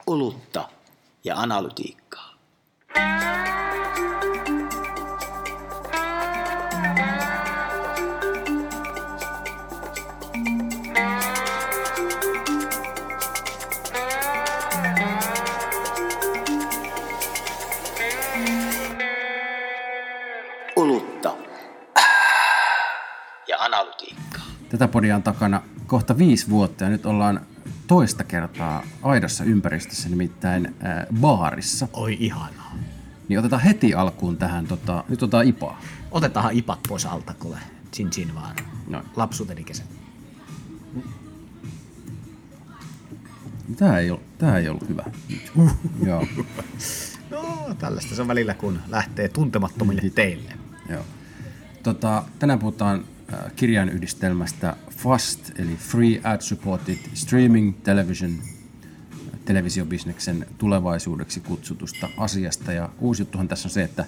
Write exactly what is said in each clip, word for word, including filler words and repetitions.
olutta ja analytiikkaa. Olutta ja analytiikkaa. Tätä podia on takana kohta viisi vuotta ja nyt ollaan toista kertaa aidossa ympäristössä, nimittäin äh, baarissa. Oi ihanaa. Niin otetaan heti alkuun tähän, tota, nyt otetaan ipaa. Otetaan ipat pois alta, kuule. Chin chin vaan. Noin. Lapsuuteni kesä. Tää ei ollut, tää ei ollut hyvä. Uh. Joo. No, tällaista se on välillä, kun lähtee tuntemattomille teille. Joo. Tota, tänään puhutaan äh, kirjainyhdistelmästä FAST, eli Free Ad Supported Streaming Television, televisiobisneksen tulevaisuudeksi kutsutusta asiasta. Ja uusi juttuhan tässä on se, että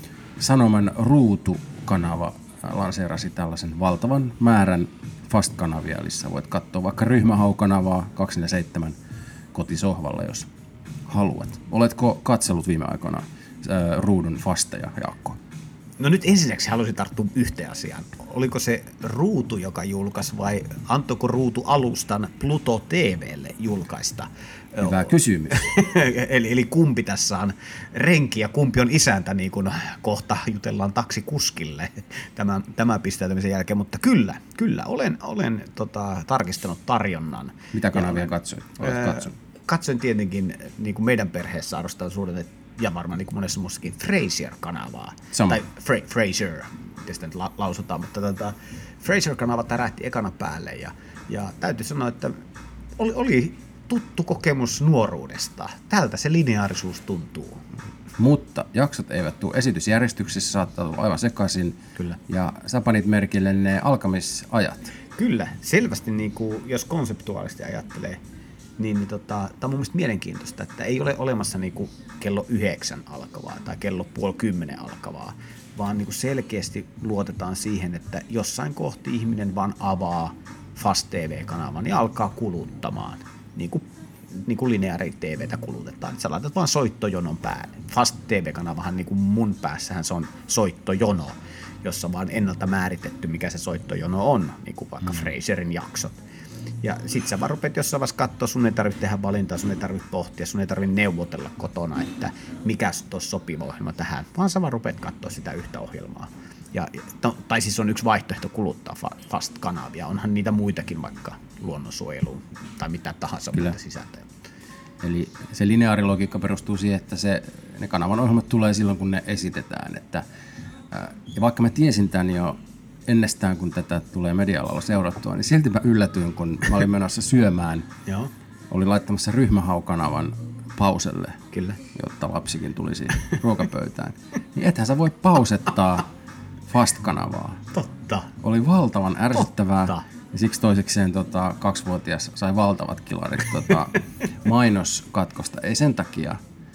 Sanoman Ruutu-kanava lanseerasi tällaisen valtavan määrän FAST-kanavia, eli sä voit katsoa vaikka Ryhmähau-kanavaa kaksikymmentäneljä seitsemän kotisohvalla, jos haluat. Oletko katsellut viime aikoina äh, Ruudun FASTeja, Jaakko? No nyt ensinnäksi haluaisin tarttua yhteen asiaan. Oliko se Ruutu, joka julkaisi, vai antoiko Ruutu alustan Pluto T V:lle julkaista? Hyvä kysymys. eli, eli kumpi tässä on renki ja kumpi on isäntä, niin kuin kohta jutellaan taksikuskille tämän, tämän pistäytymisen jälkeen. Mutta kyllä, kyllä olen, olen tota, tarkistanut tarjonnan. Mitä kanavia katsoit? Olet katsonut? Katsoin tietenkin, niin kuin meidän perheessä arvostaa suuret, ja varmaan niin kuin monessa muussakin, Frasier-kanavaa. Sama. Tai Fra- Frasier, miten sitä nyt la- lausutaan, mutta tota, Frasier-kanava tärähti ekana päälle, ja, ja täytyy sanoa, että oli, oli tuttu kokemus nuoruudesta. Tältä se lineaarisuus tuntuu. Mutta jaksot eivät tule esitysjärjestyksessä, saattaa tulla aivan sekaisin. Kyllä. Ja sä panit merkille ne alkamisajat. Kyllä, selvästi niin kuin, jos konseptuaalisesti ajattelee, niin, niin tota, tämä on mun mielestä mielenkiintoista, että ei ole olemassa niin kuin kello yhdeksän alkavaa tai kello puoli kymmenen alkavaa, vaan niin kuin selkeästi luotetaan siihen, että jossain kohti ihminen vaan avaa FAST T V-kanavan ja alkaa kuluttamaan, niin kuin, niin kuin lineaari-T V:tä kulutetaan. Sä laitat vaan soittojonon päälle. FAST T V-kanavahan niin kuin mun päässähän se on soittojono, jossa on vaan ennalta määritetty, mikä se soittojono on, niin kuin vaikka mm. Frasierin jaksot. Ja sit sä vaan rupeat jossain vaiheessa katsoa, sun ei tarvitse tehdä valintaa, sun ei tarvitse pohtia, sun ei tarvitse neuvotella kotona, että mikä tuossa sopiva ohjelma tähän, vaan sä vaan rupeat katsoa sitä yhtä ohjelmaa. Ja, no, tai siis on yksi vaihtoehto kuluttaa FAST-kanavia, onhan niitä muitakin vaikka luonnonsuojeluun tai mitä tahansa muuta sisältöjä. Eli se lineaarilogiikka perustuu siihen, että se, ne kanavan ohjelmat tulee silloin, kun ne esitetään. Että, ää, ja vaikka mä tiesin tämän jo ennestään, kun tätä tulee media-alalla seurattua, niin silti mä yllätyin, kun mä olin menossa syömään. Joo. Olin laittamassa Ryhmähau-kanavan pauselle, Kyllä. jotta lapsikin tulisi ruokapöytään. Niin ethän sä voi pausettaa FAST-kanavaa. Totta. Oli valtavan ärsyttävää. Totta. Ja siksi toisekseen tota, kaksivuotias sai valtavat kilarit tota, mainoskatkosta. Ei sen takia,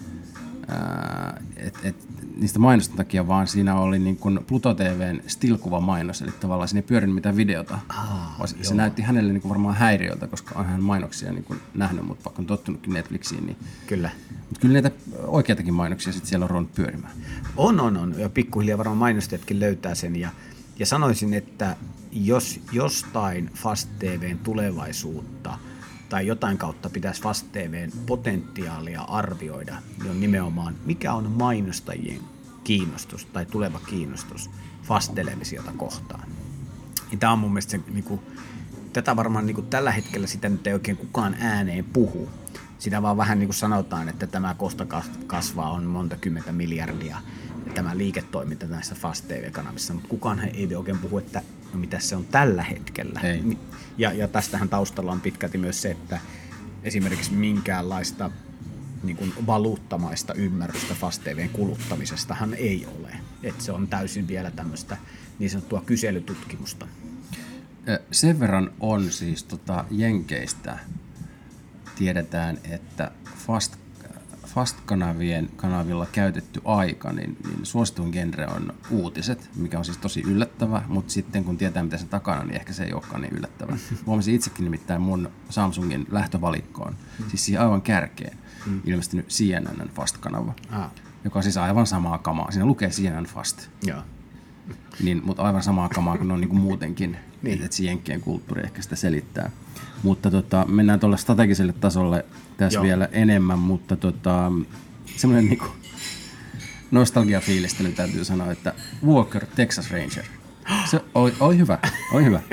että et, niistä mainosten takia, vaan siinä oli niin kuin Pluto T V:n still-kuva mainos, eli tavallaan siinä ei pyörinyt mitään videota. Ah, se joo. näytti hänelle niin kuin varmaan häiriöltä, koska on hän mainoksia niin kuin nähnyt, mutta vaikka on tottunutkin Netflixiin. Niin... Kyllä. Mutta kyllä näitä oikeitakin mainoksia sitten siellä on ruvennut pyörimään. On, on, on. Ja pikkuhiljaa varmaan mainostajatkin löytää sen. Ja, ja sanoisin, että jos jostain FAST T V:n tulevaisuutta tai jotain kautta pitäisi FAST T V:n potentiaalia arvioida, niin on nimenomaan, mikä on mainostajien kiinnostus tai tuleva kiinnostus FAST-televisiota kohtaan. Ja tämä on mun mielestä se, niin kuin, tätä varmaan niin kuin tällä hetkellä sitä nyt ei oikein kukaan ääneen puhu. Sitä vaan vähän niin kuin sanotaan, että tämä kosta kasvaa on monta kymmentä miljardia tämä liiketoiminta näissä FAST T V-kanavissa, mutta kukaan ei oikein puhu, että no mitä se on tällä hetkellä. Ei. Ja, ja tästähän taustalla on pitkälti myös se, että esimerkiksi minkäänlaista niin kuin valuuttamaista ymmärrystä FAST T V:n kuluttamisestahan ei ole. Että se on täysin vielä tämmöistä niin sanottua kyselytutkimusta. Sen verran on siis tota Jenkeistä tiedetään, että FAST, Fast-kanavien kanavilla käytetty aika, niin, niin suosituin genre on uutiset, mikä on siis tosi yllättävä, mutta sitten kun tietää mitä sen takana, niin ehkä se ei olekaan niin yllättävä. Huomasin itsekin nimittäin mun Samsungin lähtövalikkoon, mm. siis siihen aivan kärkeen, mm. ilmestynyt C N N:n Fast-kanava, ah. joka on siis aivan samaa kamaa. Siinä lukee C N N Fast. Joo. Niin, mutta aivan samaa kamaa kuin ne on niin kuin muutenkin, niin. että se jenkkien kulttuuri ehkä sitä selittää. Mutta tota, mennään tuolle strategiselle tasolle tässä Joo. vielä enemmän, mutta tota, semmoinen niin kuin nostalgiafiilistely täytyy sanoa, että Walker Texas Ranger. Se oli, oli hyvä, oli hyvä.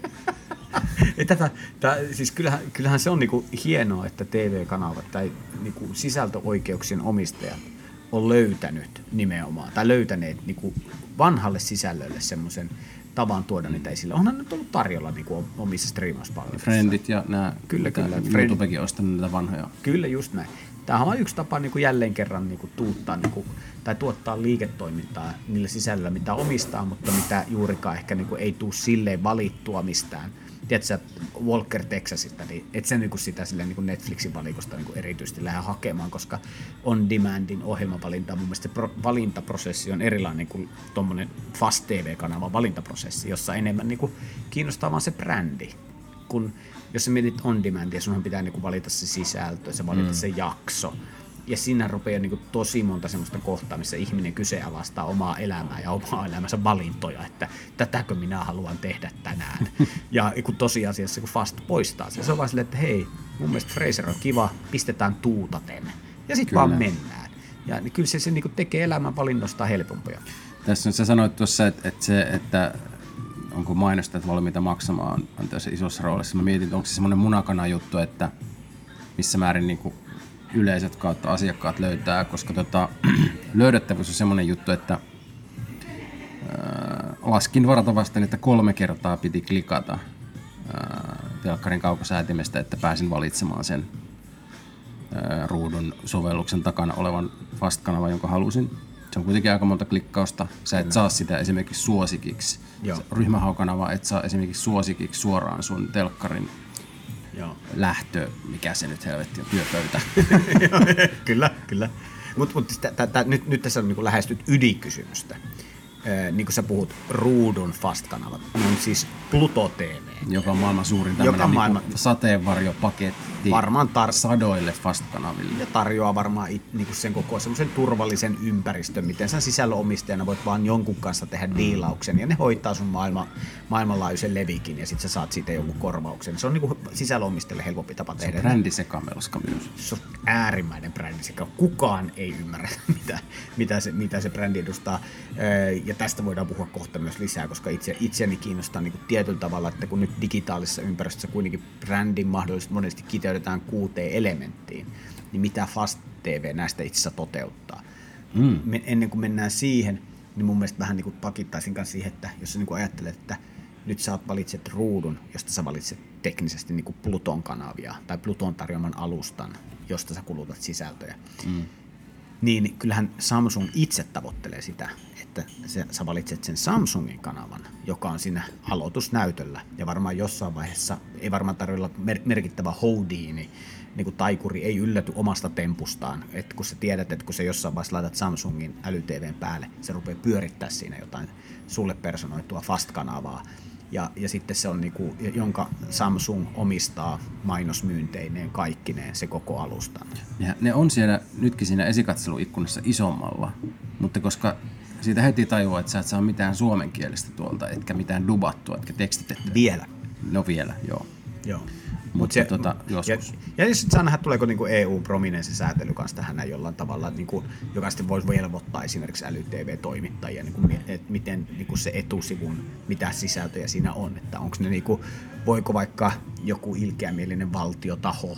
Tätä, tää, siis kyllähän, kyllähän se on niinku hienoa, että T V-kanavat tai niinku sisältöoikeuksien omistajat on löytänyt nimenomaan, tai löytäneet niinku vanhalle sisällölle semmoisen tavan tuoda niitä esille. Onhan nyt ollut tarjolla niinku omissa striimauspalveluissa. Friendit ja nämä, kyllä, kyllä. YouTubekin on ostanut niitä vanhoja. Kyllä, just näin. Tämähän on yksi tapa niinku jälleen kerran niinku tuuttaa, niinku, tai tuottaa liiketoimintaa niillä sisällöillä, mitä omistaa, mutta mitä juurikaan ehkä niinku ei tule silleen valittua mistään. Tiedätkö, Walker Texasista, niin et sä niinku sitä niinku Netflixin valikosta niinku erityisesti lähde hakemaan, koska on demandin ohjelmavalinta, mun mielestä se pro- valintaprosessi on erilainen kuin tuommoinen Fast T V-kanavan valintaprosessi, jossa enemmän niinku kiinnostaa vaan se brändi. Kun, jos sä mietit on demandia, sunhan pitää niinku valita se sisältö, se valita mm. se jakso. Ja siinä rupeaa niin kuin tosi monta semmoista kohtaa, missä ihminen kyseenalaistaa omaa elämää ja omaa elämänsä valintoja, että tätäkö minä haluan tehdä tänään. Ja kun tosiasiassa kun Fast poistaa se, se on vaan silleen, että hei, mun mielestä Fraser on kiva, pistetään tuutaten. Ja sitten vaan mennään. Ja niin kyllä se, se niin kuin tekee elämän valinnosta helpompia. Tässä sä sanoit tuossa, että, että, se, että onko mainostajat valmiita maksamaan on tässä isossa roolissa. Mä mietin, onko se semmoinen munakana juttu, että missä määrin niin kuin yleisöt kautta asiakkaat löytää, koska tota, löydettävyys on semmoinen juttu, että ää, laskin varata vastaan, että kolme kertaa piti klikata ää, telkkarin kaukosäätimestä, että pääsin valitsemaan sen ää, ruudun sovelluksen takana olevan Fast-kanavan, jonka halusin. Se on kuitenkin aika monta klikkausta. Sä et Kyllä. saa sitä esimerkiksi suosikiksi. Ryhmähaukanava et saa esimerkiksi suosikiksi suoraan sun telkkarin Joo. lähtö, mikä se nyt helvetti on, työpöytä. Kyllä, kyllä. Mutta mut, nyt, nyt tässä on niin lähestyt ydinkysymystä. Ee, niin kuin sä puhut, ruudun Fast-kanavat, ne on siis Pluto T V. Joka on maailman suurin tämmöinen maailman... niin sateenvarjopaketti tar... sadoille Fast-kanaville. Ja tarjoaa varmaan it, niin sen koko semmoisen turvallisen ympäristön, miten sä sisällönomistajana voit vaan jonkun kanssa tehdä diilauksen, ja ne hoitaa sun maailma, maailmanlaajuisen levikin, ja sit sä saat siitä jonkun korvauksen. Se on niin sisällönomistajalle helpompi tapa tehdä. Se on brändisekamelska myös. Se on äärimmäinen brändiseka. Kukaan ei ymmärrä, mitä, mitä, se, mitä se brändi edustaa. Ja tästä voidaan puhua kohta myös lisää, koska itse, itseäni kiinnostaa niin kuin tietyllä tavalla, että kun nyt digitaalisessa ympäristössä kuitenkin brändin mahdollisesti monesti kiteytetään kuuteen elementtiin, niin mitä Fast T V näistä itse asiassa toteuttaa. Mm. Me, ennen kuin mennään siihen, niin mun mielestä vähän niin kuin pakittaisin kanssa siihen, että jos sä niin kuin ajattelet, että nyt sä valitset ruudun, josta sä valitset teknisesti niin kuin Pluton kanavia tai Pluton tarjoaman alustan, josta sä kulutat sisältöjä, mm. niin kyllähän Samsung itse tavoittelee sitä, että sä valitset sen Samsungin kanavan, joka on siinä aloitusnäytöllä. Ja varmaan jossain vaiheessa ei varmaan tarvitse mer- merkittävä Houdini, niin kuin taikuri ei ylläty omasta tempustaan. Että kun sä tiedät, että kun sä jossain vaiheessa laitat Samsungin äly-T V:n päälle, se rupeaa pyörittää siinä jotain sulle personoitua Fast-kanavaa. Ja, ja sitten se on, niinku, jonka Samsung omistaa mainosmyynteineen kaikkineen se koko alustan. Ja ne on siellä nytkin siinä esikatseluikkunassa isommalla, mutta koska siitä heti tajuaa, että sä et saa mitään suomenkielistä tuolta, etkä mitään dubattua, etkä tekstitettyä. Vielä. No vielä, joo. Joo. Mutta se, tota, joskus. Ja, ja sitten saa nähdä, tuleeko niinku E U-prominenssisäätely kanssa tähän jollain tavalla, niinku, joka sitten voisi velvoittaa esimerkiksi äly-T V-toimittajia, niinku, että miten niinku se etusivun, mitä sisältöjä siinä on. Että onko ne, niinku, voiko vaikka joku ilkeämielinen valtiotaho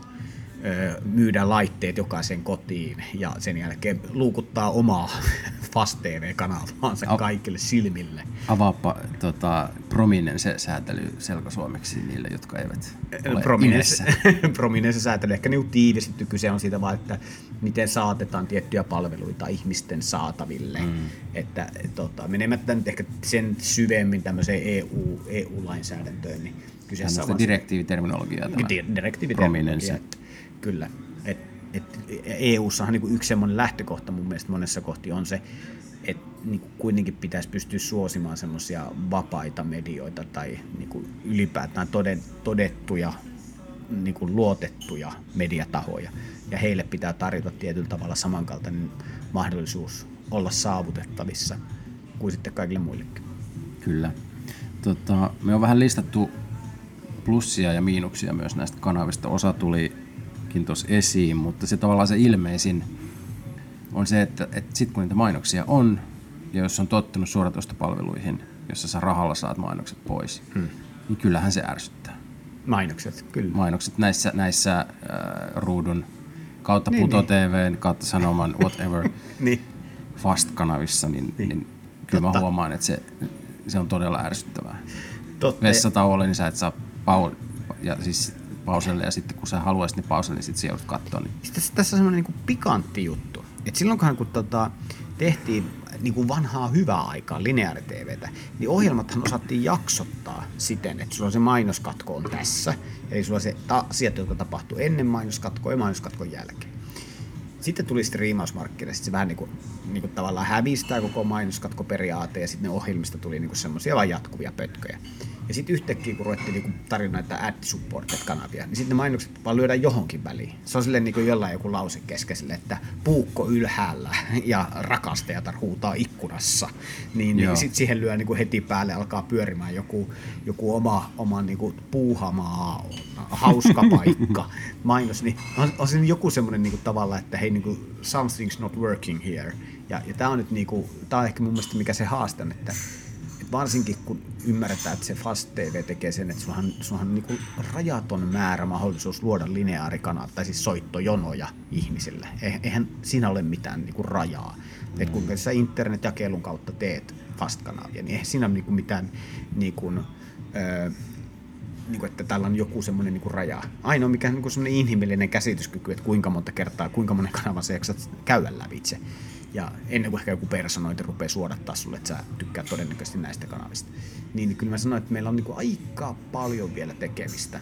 öö, myydä laitteet jokaisen kotiin ja sen jälkeen luukuttaa omaa Fast T V-kanavaansa A- kaikille silmille. Avaapa tota, prominense-säätely selkosuomeksi niille, jotka eivät ole prominense, prominense-säätely ehkä niin tiivistetty. Kyse on siitä vaan, että miten saatetaan tiettyjä palveluita ihmisten saataville. Mm. Että, tota, menemättä nyt ehkä sen syvemmin tämmöiseen E U, E U-lainsäädäntöön, niin kyseessä on direktiiviterminologiaa. Di- direktiiviterminologiaa. Kyllä. Et et E U:ssahan niin kuin yksi semmoinen lähtökohta mun mielestä monessa kohti on se, että niin kuitenkin pitäisi pystyä suosimaan semmoisia vapaita medioita tai niin kuin ylipäätään todettuja, niin kuin luotettuja mediatahoja. Ja heille pitää tarjota tietyllä tavalla samankaltainen mahdollisuus olla saavutettavissa kuin sitten kaikille muillekin. Kyllä. Tota, me on vähän listattu plussia ja miinuksia myös näistä kanavista. Osa tulikin tuossa esiin, mutta se tavallaan se ilmeisin on se, että, että sitten kun niitä mainoksia on, ja jos on tottunut suoratoistopalveluihin, jossa sä rahalla saat mainokset pois, hmm. niin kyllähän se ärsyttää. Mainokset, kyllä. Mainokset näissä, näissä äh, ruudun kautta niin, Puto niin. T V:n, kautta Sanoman, whatever, niin. Fast-kanavissa, niin, niin. niin kyllä mä huomaan, että se, se on todella ärsyttävää. Totta. Vessatauolle, niin sä et saa pau- ja siis pauselle, ja sitten kun sä haluaisit niin pauselle, niin sitten sä joudut katsoa. Niin. Tässä, tässä on semmoinen niin pikantti juttu. Et silloinkohan kun tota, tehtiin niin kuin vanhaa hyvää aikaa lineaari-T V:tä, niin ohjelmathan osattiin jaksottaa siten, että sulla on se mainoskatko on tässä, eli sulla on se ta- asiat, jotka tapahtuu ennen mainoskatkoa ja mainoskatkon jälkeen. Sitten tuli striimausmarkkina, sitten se vähän niin kuin, niin kuin tavallaan hävistää koko mainoskatkoperiaate, ja sitten ne ohjelmista tuli niin kuin semmoisia vain jatkuvia pötköjä. Ja sitten yhtäkkiä, kun ruvettiin niin tarjota näitä ad-supported-kanavia, niin sitten ne mainokset vaan lyödään johonkin väliin. Se on silleen niin kuin jollain joku lause keskeiselle, että puukko ylhäällä ja rakastajatar huutaa ikkunassa. Niin, niin sitten siihen lyö niin kuin heti päälle, alkaa pyörimään joku, joku oma, oma niin kuin puuhamaa, hauska paikka, mainos. Niin on, on siinä joku semmoinen niin kuin tavalla, että hei, niin kuin, something's not working here. Ja, ja tämä on nyt niin kuin, tää on ehkä mun mielestä mikä se haaste on, että varsinkin kun ymmärretään, että se Fast T V tekee sen, että sullahan, sullahan on niin kuin rajaton määrä mahdollisuus luoda lineaarikanavia, tai siis soittojonoja ihmisille. Eihän siinä ole mitään niin kuin rajaa. Mm. Että kun sä internetjakelun kautta teet Fast-kanavia, niin eihän siinä ole niin kuin mitään, niin kuin, öö, niin kuin, että täällä on joku semmoinen niin kuin raja. Ainoa mikä on niin kuin semmoinen inhimillinen käsityskyky, että kuinka monta kertaa, kuinka monen kanavan sä jaksat käydä lävitse. Ja ennen kuin ehkä joku personointi rupeaa suodattaa sulle, että sä tykkää todennäköisesti näistä kanavista. Niin kyllä mä sanoin, että meillä on niinku aika paljon vielä tekemistä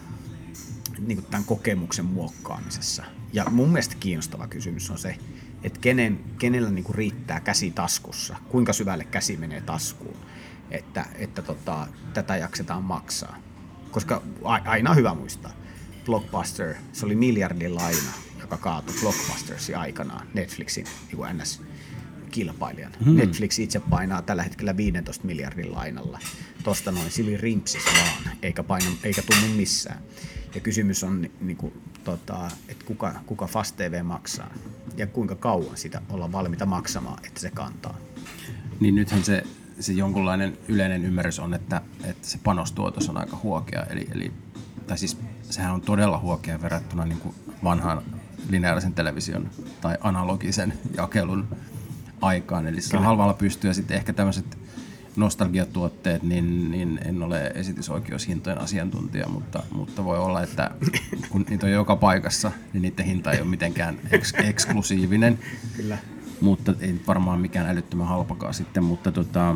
niinku tämän kokemuksen muokkaamisessa. Ja mun mielestä kiinnostava kysymys on se, että kenen, kenellä niinku riittää käsi taskussa, kuinka syvälle käsi menee taskuun, että, että tota, tätä jaksetaan maksaa. Koska aina on hyvä muistaa, Blockbuster, se oli miljardin laina, joka kaatui Blockbustersin aikanaan Netflixin niin N S-kilpailijan. Hmm. Netflix itse painaa tällä hetkellä viisitoista miljardin lainalla. Tosta noin sili rimpsis vaan, eikä, paina, eikä tunnu missään. Ja kysymys on, niin kuin, tota, että kuka, kuka Fast T V maksaa ja kuinka kauan sitä ollaan valmiita maksamaan, että se kantaa. Niin nythän se, se jonkunlainen yleinen ymmärrys on, että, että se panostuotos on aika huokea. Eli, eli, tai siis sehän on todella huokea verrattuna niin kuin vanhaan lineaarisen television tai analogisen jakelun aikaan. Eli se on halvalla pystyä. Sitten ehkä tämmöiset nostalgiatuotteet, niin, niin en ole esitysoikeushintojen asiantuntija, mutta, mutta voi olla, että kun niitä on joka paikassa, niin niiden hinta ei ole mitenkään eks- eksklusiivinen. Kyllä. Mutta ei varmaan mikään älyttömän halpakaan sitten, mutta tota,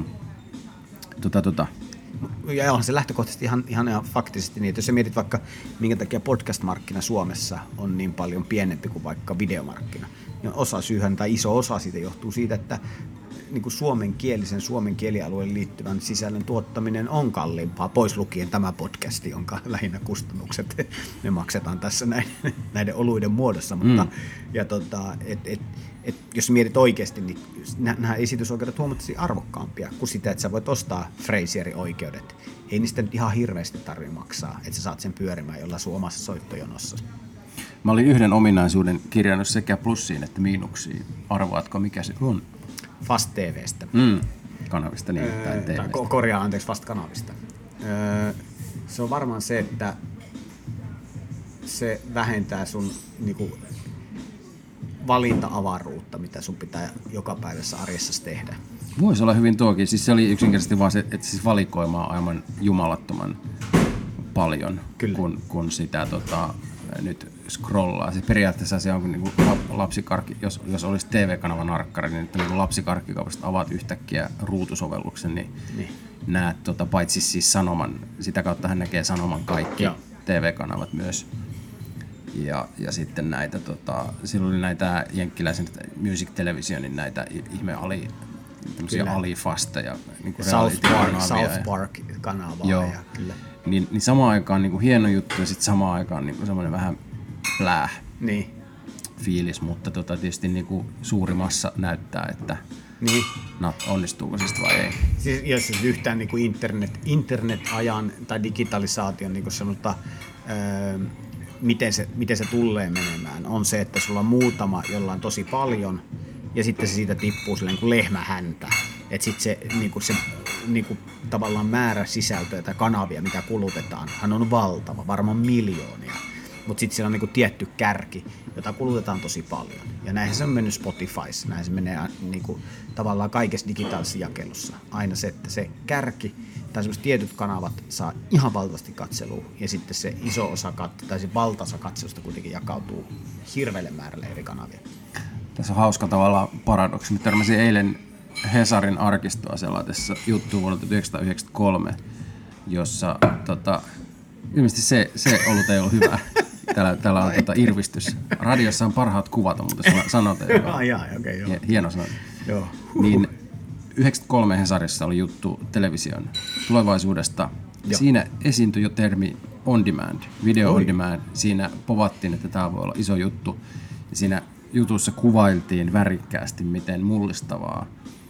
tota, tota. Ja onhan se lähtökohtaisesti ihan, ihan, ihan faktisesti niin, että jos sä mietit vaikka, minkä takia podcast-markkina Suomessa on niin paljon pienempi kuin vaikka videomarkkina, niin osa syyhän tai iso osa siitä johtuu siitä, että niin kuin suomenkielisen suomen kielialueen liittyvän sisällön tuottaminen on kalliimpaa, pois lukien tämä podcast, jonka lähinnä kustannukset me maksetaan tässä näiden, näiden oluiden muodossa. Mutta, mm. ja tota, et, et, et, jos mietit oikeasti, niin nämä esitysoikeudet huomattavasti arvokkaampia kuin sitä, että sä voit ostaa Frasierin oikeudet. Ei niistä nyt ihan hirveästi tarvitse maksaa, että sä saat sen pyörimään jollain sun omassa soittojonossa. Mä olin yhden ominaisuuden kirjannut sekä plussiin että miinuksiin. Arvaatko, mikä se on? Fast T V:stä. Mm, kanavista nimittäin T V:stä. Ko- korjaa, anteeksi, Fast-kanavista. Öö, se on varmaan se, että se vähentää sun niinku, valinta-avaruutta, mitä sun pitää joka päivässä arjessa tehdä. Voisi olla hyvin tuokin. Siis se oli yksinkertaisesti vaan se, että siis valikoimaa aivan jumalattoman paljon, kun, kun sitä tota, nyt scrollaa. Siis periaatteessa se on niin kuin lapsikarkki, jos, jos olisi T V-kanavan narkkari, niin että niin lapsikarkkikaupasta avaat yhtäkkiä ruutusovelluksen, niin, niin. näet tota, paitsi siis sanoman, sitä kautta hän näkee sanoman kaikki ja. T V-kanavat myös. Ja, ja sitten näitä, tota, silloin oli näitä jenkkiläisen Music Televisionin näitä ihme ali, alifasteja. Niin South Park, South Park-kanavaa. Joo. Ja, kyllä. Niin, niin samaan aikaan niin kuin hieno juttu ja sitten samaan aikaan niin kuin semmoinen vähän pläh niin. fiilis, mutta tota, tietysti niin kuin suuri massa näyttää, että niin. onnistuuko siis vai ei. Siis, jos siis yhtään niin kuin internet, internet-ajan tai digitalisaation niin kuin sanota, öö, miten, se, miten se tulee menemään, on se, että sulla on muutama, jolla on tosi paljon, ja sitten se siitä tippuu silleen kuin lehmähäntä. Että sitten se, niinku se niinku, tavallaan määrä sisältöä tai kanavia, mitä kulutetaan, hän on valtava, varmaan miljoonia. Mutta sitten siellä on niinku tietty kärki, jota kulutetaan tosi paljon. Ja näinhän se on mennyt Spotifyssa, näin se menee niinku, tavallaan kaikessa digitaalisessa jakelussa. Aina se, että se kärki tai sellaiset tietyt kanavat saa ihan valtavasti katselua, ja sitten se iso osa kat- tai se valtaosa katselusta kuitenkin jakautuu hirveälle määrälle eri kanavia. Tässä on hauska tavallaan paradoksi. Mä törmäsin eilen Hesarin arkistoa selatessa juttuun vuonna tuhatyhdeksänsataayhdeksänkymmentäkolme, jossa tota, ilmeisesti se, se ollut ei ollut hyvä. Täällä, täällä on tota, irvistys. Radiossa on parhaat kuvat, on muuten sanote. Ai, ai, okay, joo. Hieno sanote. Joo. Niin yhdeksänkymmentäkolme Hesarissa oli juttu television tulevaisuudesta. Joo. Siinä esiintyi jo termi on demand, video Oi. on demand. Siinä povattiin, että tämä voi olla iso juttu. Ja siinä jutussa kuvailtiin värikkäästi, miten mullistavaa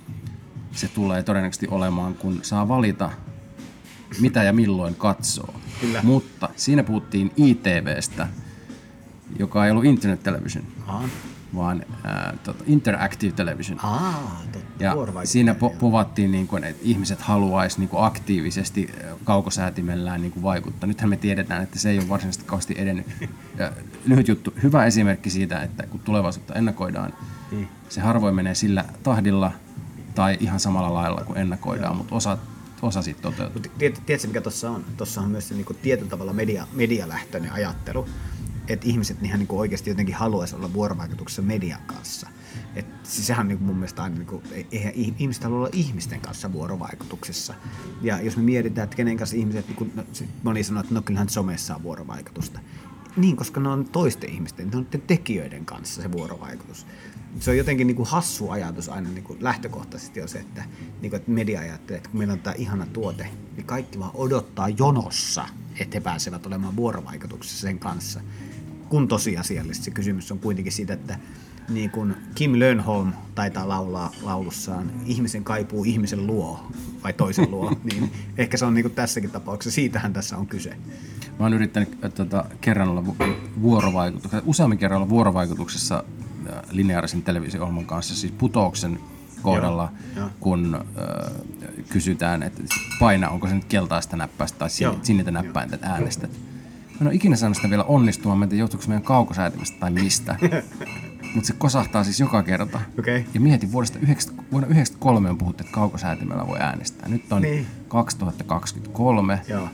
se tulee todennäköisesti olemaan, kun saa valita, mitä ja milloin katsoo. Kyllä. Mutta siinä puhuttiin I T V:stä, joka ei ollut internet television, Aha. vaan äh, tota, interactive television. Aa, ja siinä po- povattiin, niin kuin, että ihmiset haluaisi niin kuin aktiivisesti kaukosäätimellään niin kuin vaikuttaa. Nythän me tiedetään, että se ei ole varsinaisesti kauheasti edennyt. Ja lyhyt juttu, hyvä esimerkki siitä, että kun tulevaisuutta ennakoidaan, hmm. se harvoin menee sillä tahdilla tai ihan samalla lailla kuin ennakoidaan, Joo. mutta osa, osa siitä toteutuu. Tiedät, tiedätkö, mikä tuossa on? Tuossa on myös se niin kuin tietyllä tavalla media, medialähtöinen ajattelu. Että ihmiset ihan niin kuin oikeasti jotenkin haluaisi olla vuorovaikutuksessa median kanssa. Et siis sehän on niin kuin mun mielestä aina, niin kuin, eihän ihmiset halua olla ihmisten kanssa vuorovaikutuksessa. Ja jos me mietitään, että kenen kanssa ihmiset, niin kuin, no, moni sanoo, että no kyllähän somessa on vuorovaikutusta. Niin, koska ne on toisten ihmisten, ne on tekijöiden kanssa se vuorovaikutus. Se on jotenkin niin kuin hassu ajatus aina niin kuin lähtökohtaisesti on se, että, niin kuin, että media ajattelee, että kun meillä on tämä ihana tuote, niin kaikki vaan odottaa jonossa, että he pääsevät olemaan vuorovaikutuksessa sen kanssa. Kun tosiasiallisesti se kysymys on kuitenkin siitä, että niin kuin Kim Lönnholm taitaa laulaa laulussaan, ihmisen kaipuu ihmisen luo, vai toisen luo, niin ehkä se on niin kuin tässäkin tapauksessa, siitähän tässä on kyse. Mä oon yrittänyt tota, kerran olla vuorovaikutuksessa, useammin kerran olla vuorovaikutuksessa lineaarisen televisio-ohjelman kanssa, siis Putouksen kohdalla, Joo, kun äh, kysytään, että paina, onko se nyt keltaista näppäistä tai sin- sinitä näppäintä, että äänestät. Mä en ole ikinä saanut sitä vielä onnistumaan, mä en tiedä, johtuuko se meidän kaukosäätimestä tai mistä. Mutta se kosahtaa siis joka kerta. Okay. Ja mietin, vuodesta yhdeksänkymmentä, vuonna yhdeksänkymmentäkolme on puhuttu, että kaukosäätimellä voi äänestää. Nyt on niin. kaksituhattakaksikymmentäkolme. Joo.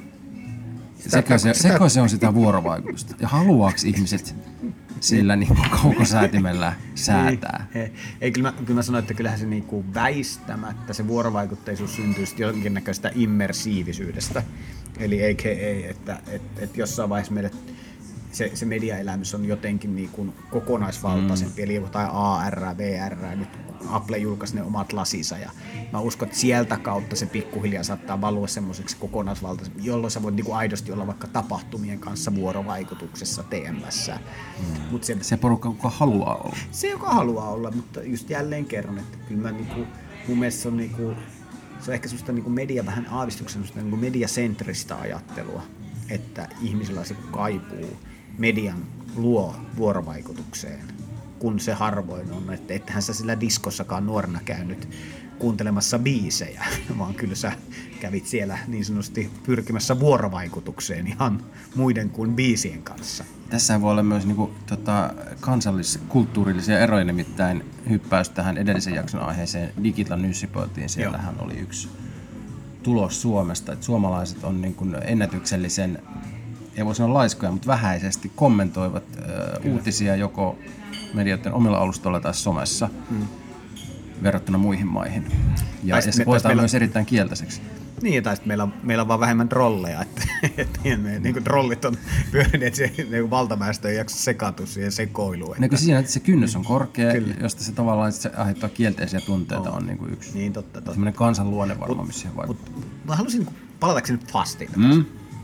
Sekö se, sekö se on sitä vuorovaikutusta? Ja haluaako ihmiset sillä niin kaukosäätimellä säätää? Ei, ei, ei kyllä, mä, kyllä mä sanoin, että kyllähän se niin kuin väistämättä se vuorovaikutteisuus syntyy jonkinnäköistä immersiivisyydestä. Eli A K A, että et, et jossain vaiheessa meille se, se mediaelämys on jotenkin niin kuin kokonaisvaltaisempi, mm. eli jotain A R, V R, nyt Apple julkaisi ne omat lasinsa, ja mä uskon, että sieltä kautta se pikkuhiljaa saattaa valua semmoiseksi kokonaisvaltaisempi, jolloin sä voit niin kuin aidosti olla vaikka tapahtumien kanssa vuorovaikutuksessa tekemässä. Mm. Mut se, se porukka, joka haluaa olla. Se, joka haluaa olla, mutta just jälleen kerran, että kyllä mä niin kuin, mun mielestä se on niin kuin, se on ehkä semmoista niin kuin media vähän aavistuksen semmoista niin kuin mediasentristä ajattelua, että ihmisillä se kaipuu median luo vuorovaikutukseen, kun se harvoin on, että ethän sä sillä diskossakaan nuorena käynyt kuuntelemassa biisejä, vaan kyllä sä kävit siellä niin sanotusti pyrkimässä vuorovaikutukseen ihan muiden kuin biisien kanssa. Tässä voi olla myös niin kuin, tota, kansallis-kulttuurillisia eroja, nimittäin hyppäys tähän edellisen jakson aiheeseen Digital News Reportiin. Siellähän Joo. oli yksi tulos Suomesta, että suomalaiset on niin kuin ennätyksellisen, ei voi sanoa laiskoja, mutta vähäisesti kommentoivat uh, uutisia joko medioiden omilla alustoilla tai somessa hmm. verrattuna muihin maihin. Ja, ja se koetaan meillä... myös erittäin kielteiseksi. Niin, tai sitten meillä on, meillä on vaan vähemmän trolleja, että, että me, niin kuin trollit on pyörineet, se niin valtaväestö ei jaksa sekaantua siihen sekoiluun. Että... Siinä, että se kynnys on korkea, Kyllä. josta se tavallaan se aiheuttaa kielteisiä tunteita, on, on niin kuin yksi niin, totta, totta. sellainen kansan luonne varmaan, missä siihen vaikuttaa. Mut, mä haluaisin niin palatakseni nyt fastiin. Mm.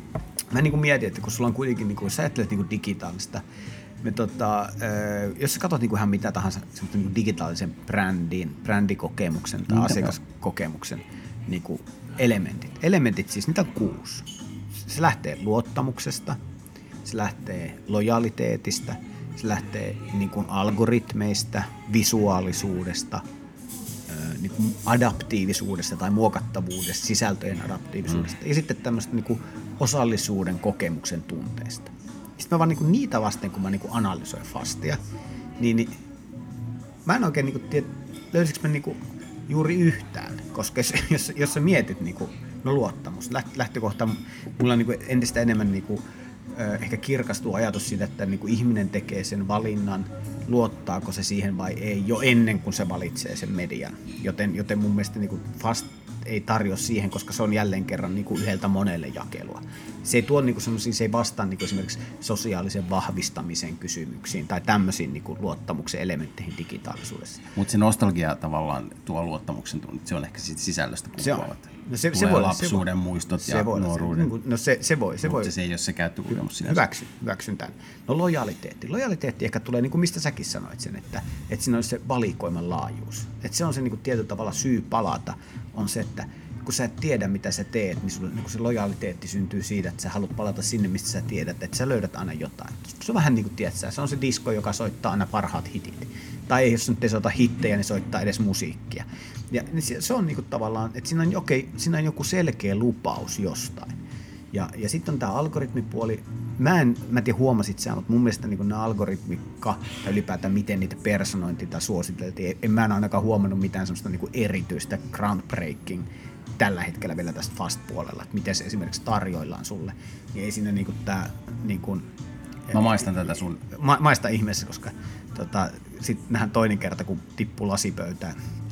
Mä niin kuin mietin, että kun sulla on kuitenkin, niin kuin, sä ajattelet niin kuin digitaalista, me, tota, jos sä katsot niin kuin ihan mitä tahansa niin kuin digitaalisen brändin, brändikokemuksen tai Mitä asiakaskokemuksen niin kuin elementit. Elementit siis, niitä on kuusi. Se lähtee luottamuksesta, se lähtee lojaliteetista, se lähtee niin kuin algoritmeista, visuaalisuudesta, niin kuin adaptiivisuudesta tai muokattavuudesta, sisältöjen adaptiivisuudesta mm. ja sitten tämmöistä niin kuin osallisuuden kokemuksen tunteesta. Sitten mä vaan niin kuin niitä vasten, kun mä niin kuin analysoin fastia, niin, niin mä en oikein niin kuin tiedä, löysikö mä niin kuin juuri yhtään, koska jos, jos, jos sä mietit niin kuin, no luottamus, lähtökohta, mulla on niin kuin entistä enemmän niin kuin, ehkä kirkastuu ajatus siitä, että niin kuin ihminen tekee sen valinnan, luottaako se siihen vai ei, jo ennen kuin se valitsee sen median. Joten, joten mun mielestä niin kuin Fast ei tarjoa siihen, koska se on jälleen kerran niin kuin yhdeltä monelle jakelua. Se ei tuo niin kuin semmosia, se ei vastaa niin kuin esimerkiksi sosiaalisen vahvistamisen kysymyksiin tai tämmöisiin niin kuin luottamuksen elementteihin digitaalisuudessa. Mutta se nostalgia tavallaan tuo luottamuksen tunnet, se on ehkä siitä sisällöstä kumpuavat. No se, Tulee se voi, lapsuuden se muistot se ja voi, nuoruuden. Se, no se, se voi. Se, voi. se, se ei ole se käyttökokemus sinänsä. Hyväksyn, hyväksyn tämän. No lojaliteetti. Lojaliteetti ehkä tulee, niin kuin mistä säkin sanoit sen, että, että siinä on se valikoiman laajuus. Että se on se niin kuin tietyllä tavalla syy palata, on se, että kun sä et tiedä, mitä sä teet, niin, sulla, niin kun se lojaliteetti syntyy siitä, että sä haluat palata sinne, mistä sä tiedät, että sä löydät aina jotain. Se on vähän niin kuin, tiedät sä, se on se disko, joka soittaa aina parhaat hitit. Tai jos nyt ei soita hittejä, niin soittaa edes musiikkia. Ja se on niin kuin tavallaan, että siinä on, okay, siinä on joku selkeä lupaus jostain. Ja, ja sitten on tämä algoritmipuoli. Mä en, mä en tiedä huomasit sä, mutta mun mielestä niin nämä algoritmikka tai ylipäätään miten niitä personointia tai suositeltiin, en mä en ainakaan huomannut mitään semmoista niin erityistä groundbreaking tällä hetkellä vielä tästä Fast-puolella, että miten se esimerkiksi tarjoillaan sulle. Niin ei siinä niin kuin tää... Niin kuin, mä maistan tätä sun... Ma, maista ihmeessä, koska tota, sitten nähdään toinen kerta, kun tippuu lasipöytään.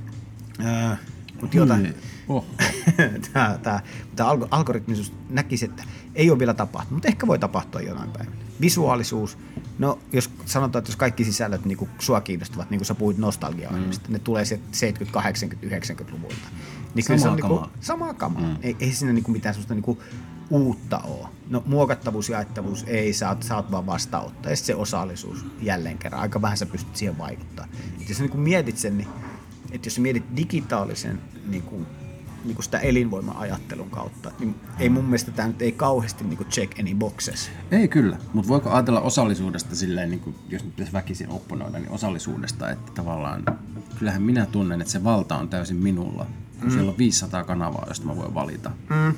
Öö, mutta jotain... Oh. tämä, tämä, tämä algoritmisuus näkisi, että ei ole vielä tapahtunut, mutta ehkä voi tapahtua jonain päivänä. Visuaalisuus, no jos sanotaan, että jos kaikki sisällöt niin kuin sua kiinnostavat, niin kuin sä puhuit nostalgia-ohjelmista, mm. ne tulee sieltä seitsemänkymmentä-, kahdeksankymmentä-, yhdeksänkymmentäluvulta. Niin samaa se on kamaa. Niin kuin, samaa kamaa. Mm. Ei, ei siinä niin kuin mitään sellaista niin kuin uutta ole. No muokattavuus, jaettavuus, ei, sä oot, sä oot vaan vastaanottaa. Ja sitten se osallisuus jälleen kerran, aika vähän sä pystyt siihen vaikuttamaan. Et jos sä niin kuin mietit sen, niin että jos sä mietit digitaalisen niin kuin, niin kuin sitä elinvoima-ajattelun kautta, niin ei mun mielestä tämä nyt ei kauheasti niin kuin check any boxes. Ei kyllä, mutta voiko ajatella osallisuudesta silleen, niin kuin, jos nyt pitäisi väkisin opponoida, niin osallisuudesta, että tavallaan kyllähän minä tunnen, että se valta on täysin minulla. Mm. Siellä on viisisataa kanavaa, josta mä voin valita. Mm.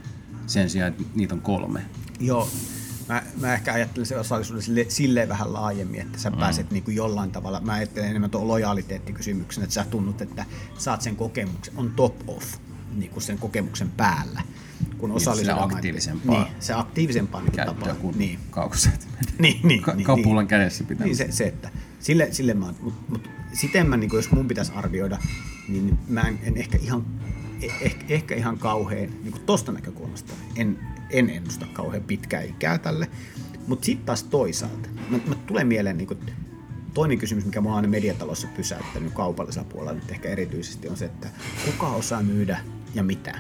Sen sijaan, että niitä on kolme. Joo. Mä, mä ehkä ajattelen sen osallisuuden sille, silleen vähän laajemmin, että sä mm. pääset niin kuin jollain tavalla, mä ajattelen enemmän tuon lojaliteettikysymyksen, että sä tunnut, että saat sen kokemuksen, on top off, niin kuin sen kokemuksen päällä. Kun niin se aktiivisempaa. Niin, se aktiivisempaa niin käyttöä kuin niin. kaukoset. Niin, niin, Ka- niin, kapulan niin. kädessä pitää. Niin se, se että sille, sille mä mutta mut, siten mä, niin kuin, jos mun pitäisi arvioida, niin mä en, en ehkä ihan, eh, ehkä ihan kauhean, niin kuin tosta näkökulmasta, en, en ennusta kauhean pitkää ikää tälle, mutta sitten taas toisaalta, mä, mä tulee mieleen niin kuin, toinen kysymys, mikä mua on aina mediatalossa pysäyttänyt kaupallisella puolella nyt ehkä erityisesti, on se, että kuka osaa myydä ja mitä.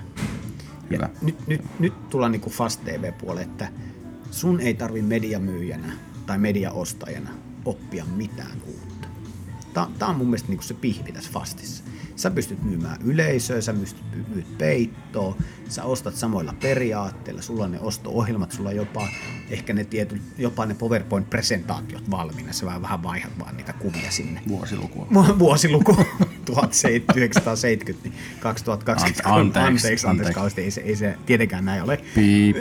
Ja nyt, nyt, nyt tullaan niin kuin Fast T V-puolelle, että sun ei tarvi mediamyyjänä tai mediaostajana oppia mitään uutta. Tämä on mun mielestä niin kuin se pihvi tässä Fastissa. Sä pystyt myymään yleisöä, sä pystyt myymään peittoa, sä ostat samoilla periaatteilla, sulla on ne osto-ohjelmat, sulla on jopa ehkä ne tietyt, jopa ne PowerPoint-presentaatiot valmiina, sä vähän, vähän vaihdat vaan niitä kuvia sinne. Vuosilukua. Vuosiluku tuhatyhdeksänsataaseitsemänkymmentä, niin kaksituhattakaksikymmentä. Anteeksi, anteeksi, anteeksi, anteeksi. Ei, se, ei se tietenkään näin ole. Piip.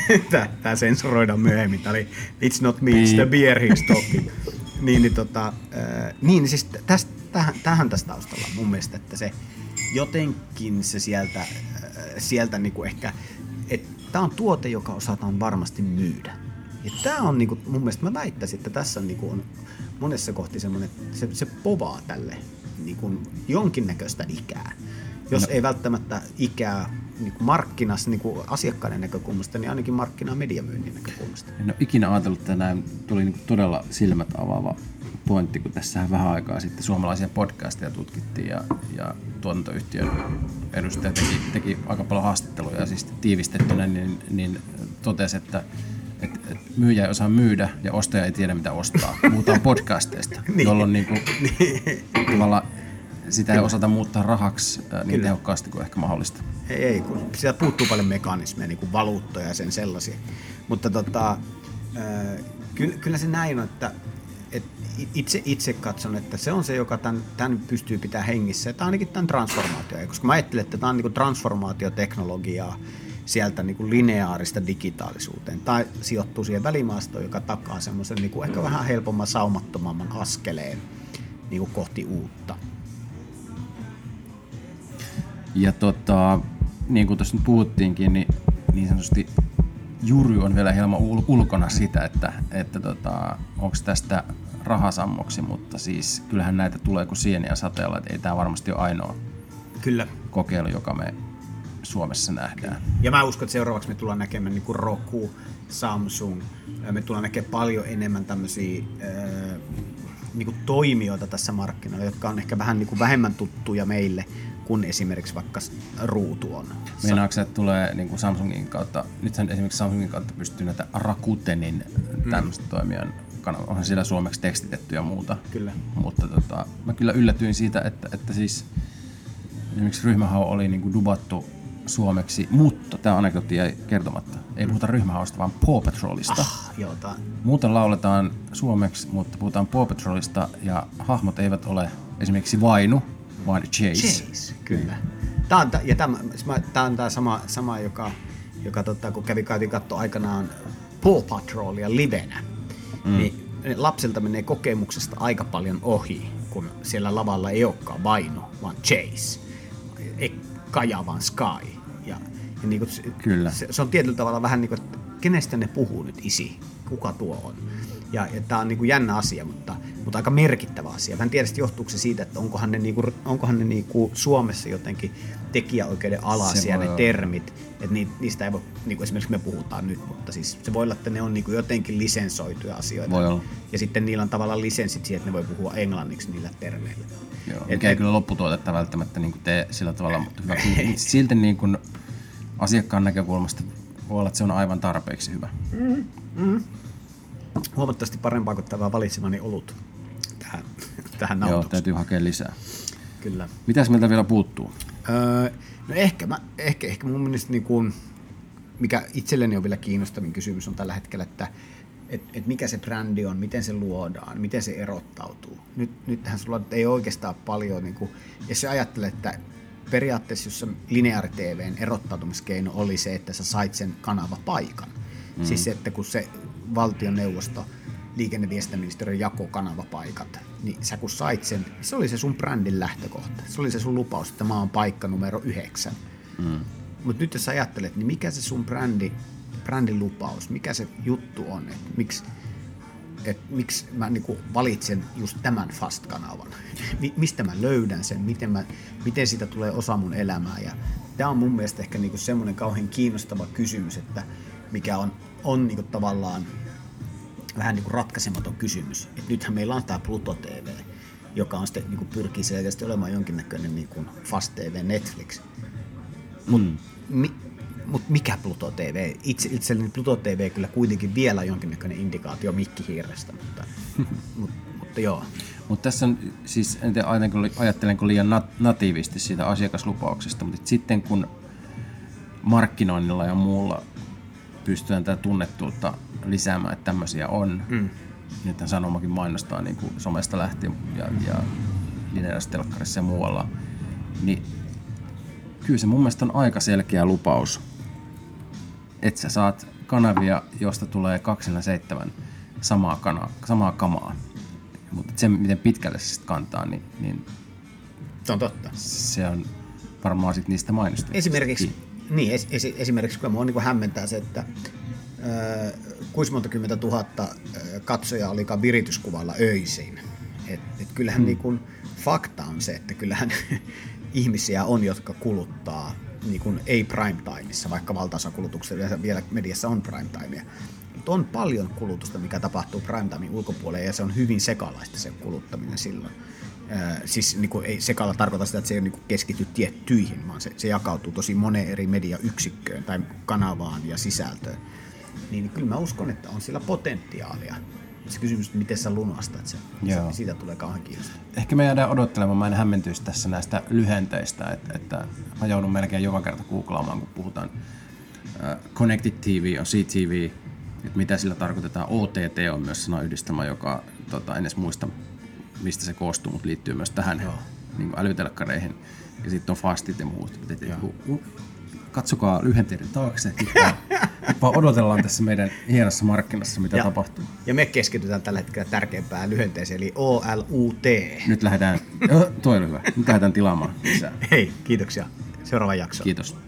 Tämä sensuroidaan myöhemmin. Tämä oli It's not me, it's the beer he's talking. niin, niin, tota, äh, niin siis tästä, tähän, tähän tästä taustalla mun mielestä, että se jotenkin se sieltä, äh, sieltä niinku ehkä, että tämä on tuote, joka osataan varmasti myydä. Ja tämä on niinku, mun mielestä, mä väittäisin, että tässä on, niinku, on monessa kohti semmoinen, että se, se povaa tälle niinku, jonkinnäköistä ikää. Jos no. ei välttämättä ikää niin kuin markkinassa niin kuin asiakkaiden näkökulmasta, niin ainakin markkinaa mediamyynnin näkökulmasta. En ole ikinä ajatellut, että näin tuli niin todella silmät avaava pointti, kun tässä vähän aikaa sitten suomalaisia podcasteja tutkittiin ja, ja tuotantoyhtiön edustaja teki, teki aika paljon haastatteluja ja siis tiivistettynä niin, niin totesi, että et, et myyjä ei osaa myydä ja ostaja ei tiedä mitä ostaa. Puhutaan podcasteista, niin. jolloin niin kuin, tavallaan sitä ei osata muuttaa rahaksi niin Kyllä. tehokkaasti kuin ehkä mahdollista. Ei, ei kun sitä puuttuu paljon mekanismeja, niin kuin valuuttoja ja sen sellaisia. Mutta tota, kyllä, kyllä se näin on, että, että itse, itse katson, että se on se, joka tämän, tämän pystyy pitämään hengissä. Tämä on ainakin tämän transformaatio. Koska mä ajattelen, että tämä on niin kuin transformaatioteknologiaa sieltä niin kuin lineaarista digitaalisuuteen. Tai sijoittuu siihen välimaastoon, joka takaa semmoisen niin kuin ehkä vähän helpomman, saumattomamman askeleen niin kuin kohti uutta. Ja tota, niin kuin tuossa nyt puhuttiinkin, niin, niin sanotusti Juri on vielä hieman ul- ulkona sitä, että, että tota, onko tästä rahasammoksi, mutta siis kyllähän näitä tulee kuin sieniä sateella, että ei tämä varmasti ole ainoa Kyllä. kokeilu, joka me Suomessa nähdään. Ja mä uskon, että seuraavaksi me tullaan näkemään niin kuin Roku, Samsung, me tullaan näkemään paljon enemmän tämmöisiä äh, niin kuin toimijoita tässä markkinoilla, jotka on ehkä vähän niin kuin vähemmän tuttuja meille, kun esimerkiksi vaikka ruutu on. Meinaatko, että tulee niin kuin Samsungin kautta, nythän esimerkiksi Samsungin kautta pystyy näitä Rakutenin tämmöistä mm. toimijan kanavaa, onhan siellä suomeksi tekstitetty ja muuta. Kyllä. Mutta tota, mä kyllä yllätyin siitä, että, että siis esimerkiksi ryhmähau oli niin kuin dubattu suomeksi, mutta tämä anekdootti jäi kertomatta. Ei puhuta ryhmähausta, vaan Paw Patrolista. Ah, joo, tää... Muuten lauletaan suomeksi, mutta puhutaan Paw Patrolista ja hahmot eivät ole esimerkiksi Vainu, vaan Chase. Chase, kyllä. Tämä on, ja tämä, tämä on tämä sama, sama joka, joka tota, kun kävi käytiin katsoa aikanaan Paw Patrolia livenä, mm. niin lapsilta menee kokemuksesta aika paljon ohi, kun siellä lavalla ei olekaan Vainu, vaan Chase. Ei Kaja, vaan Sky. Ja, ja niin kuin, kyllä. Se, se on tietyllä tavalla vähän niin kuin, että kenestä ne puhuu nyt isi, kuka tuo on. Ja, ja tämä on niin kuin jännä asia, mutta, mutta aika merkittävä asia. Mä en tiedä, johtuuko se siitä, että onkohan ne, niin kuin, onkohan ne niin kuin Suomessa jotenkin tekijäoikeuden alaisia ne termit, että niistä ei voi, niin kuin esimerkiksi me puhutaan nyt, mutta siis se voi olla, että ne on niin kuin jotenkin lisensoituja asioita. Voi olla. Ja sitten niillä on tavallaan lisenssit siihen, että ne voi puhua englanniksi niillä termeillä. Joo, mikä et, ei kyllä lopputuotetta välttämättä niin kuin tee sillä tavalla, mutta hyvä. Silti niin kuin asiakkaan näkökulmasta voi olla, että se on aivan tarpeeksi hyvä. Mm, mm. Huomattavasti parempaa kuin tämä valitsemani olut tähän, tähän nautukseen. Joo, täytyy hakea lisää. Kyllä. Mitäs meiltä vielä puuttuu? Öö, no ehkä, mä, ehkä, ehkä mun mielestä, niin kuin, mikä itselleni on vielä kiinnostavin kysymys on tällä hetkellä, että et, et mikä se brändi on, miten se luodaan, miten se erottautuu. Nyt, nythän sulla ei oikeastaan paljon, niin kuin, jos sä ajattelet, että periaatteessa jossa lineaari-T V:n erottautumiskeino oli se, että sä sait sen kanavapaikan. Mm. Siis se, että kun se valtioneuvosto, liikenneviestintäministeriön jako kanavapaikat, niin sä kun sait sen, se oli se sun brändin lähtökohta. Se oli se sun lupaus, että mä oon paikka numero yhdeksän. Mm. Mutta nyt jos sä ajattelet, niin mikä se sun brändi, brändin lupaus, mikä se juttu on, että miksi, et miksi mä niinku valitsen just tämän Fast-kanavan, mistä mä löydän sen, miten, mä, miten siitä tulee osa mun elämää. Ja tämä on mun mielestä ehkä niinku semmoinen kauhean kiinnostava kysymys, että mikä on, on niinku tavallaan vähän niinku ratkaisematon kysymys. Et nythän meillä on tämä Pluto T V, joka on sitten, niinku pyrkii selkeästi olemaan jonkinnäköinen niinku Fast T V, Netflix. Mutta mm. mi, mut mikä Pluto T V? Itse, itselleni Pluto T V kyllä kuitenkin vielä on jonkinnäköinen indikaatio mikkihiirestä, mutta, mut, mutta joo. Mutta tässä on, siis en tiedä ajattelenko liian nat- natiivisti siitä asiakaslupauksesta, mutta sitten kun markkinoinnilla ja muulla pystytään tätä tunnettuutta lisäämään, että tämmöisiä on, mm. nyt Sanomakin mainostaa niin kuin somesta lähtien ja, ja lineaarisessa telkkarissa ja muualla, niin kyllä se mun mielestä on aika selkeä lupaus, että sä saat kanavia, josta tulee kaksikymmentäseitsemän samaa, kana, samaa kamaa. Mutta se, miten pitkälle se sitten kantaa, niin, niin se on totta. Se on varmaan sitten niistä mainosta. Esimerkiksi, niin, es, es, esimerkiksi kun minua niin hämmentää se, että äh, kuinka monta kymmentä tuhatta äh, katsojaa olikaan virityskuvalla öisin. Et, et kyllähän hmm. niin kun, fakta on se, että kyllähän ihmisiä on, jotka kuluttaa niin kuin ei prime timeissa, vaikka valtaosa kulutuksesta vielä mediassa on prime timea. Mutta on paljon kulutusta, mikä tapahtuu prime timein ulkopuolella, ja se on hyvin sekalaista se kuluttaminen silloin. Äh, siis niin kuin, ei sekalla tarkoita sitä, että se ei niin kuin keskity tiettyihin, vaan se, se jakautuu tosi moneen eri mediayksikköön tai kanavaan ja sisältöön. Niin, niin kyllä mä uskon, että on sillä potentiaalia. Se kysymys, että miten sä lunastat sen, se, siitä tulee kauhean kiinnostaa. Ehkä me jäädään odottelemaan, mä en hämmentyisi tässä näistä lyhenteistä, että, että mä joudun melkein joka kerta googlaamaan, kun puhutaan uh, Connected T V, on C T V, että mitä sillä tarkoitetaan. O T T on myös sanayhdistelmä, joka tota, en edes muista, mistä se koostuu, mutta liittyy myös tähän niin älytelkkareihin. Ja sitten on fastit ja muut. Katsokaa lyhenteiden taakse. Nyt vaan odotellaan tässä meidän hienossa markkinassa, mitä ja, tapahtuu. Ja me keskitytään tällä hetkellä tärkeimpään lyhenteeseen, eli O L U T. Nyt lähdetään, toi oli hyvä, nyt lähdetään tilaamaan lisää. Hei, kiitoksia. Seuraava jakso. Kiitos.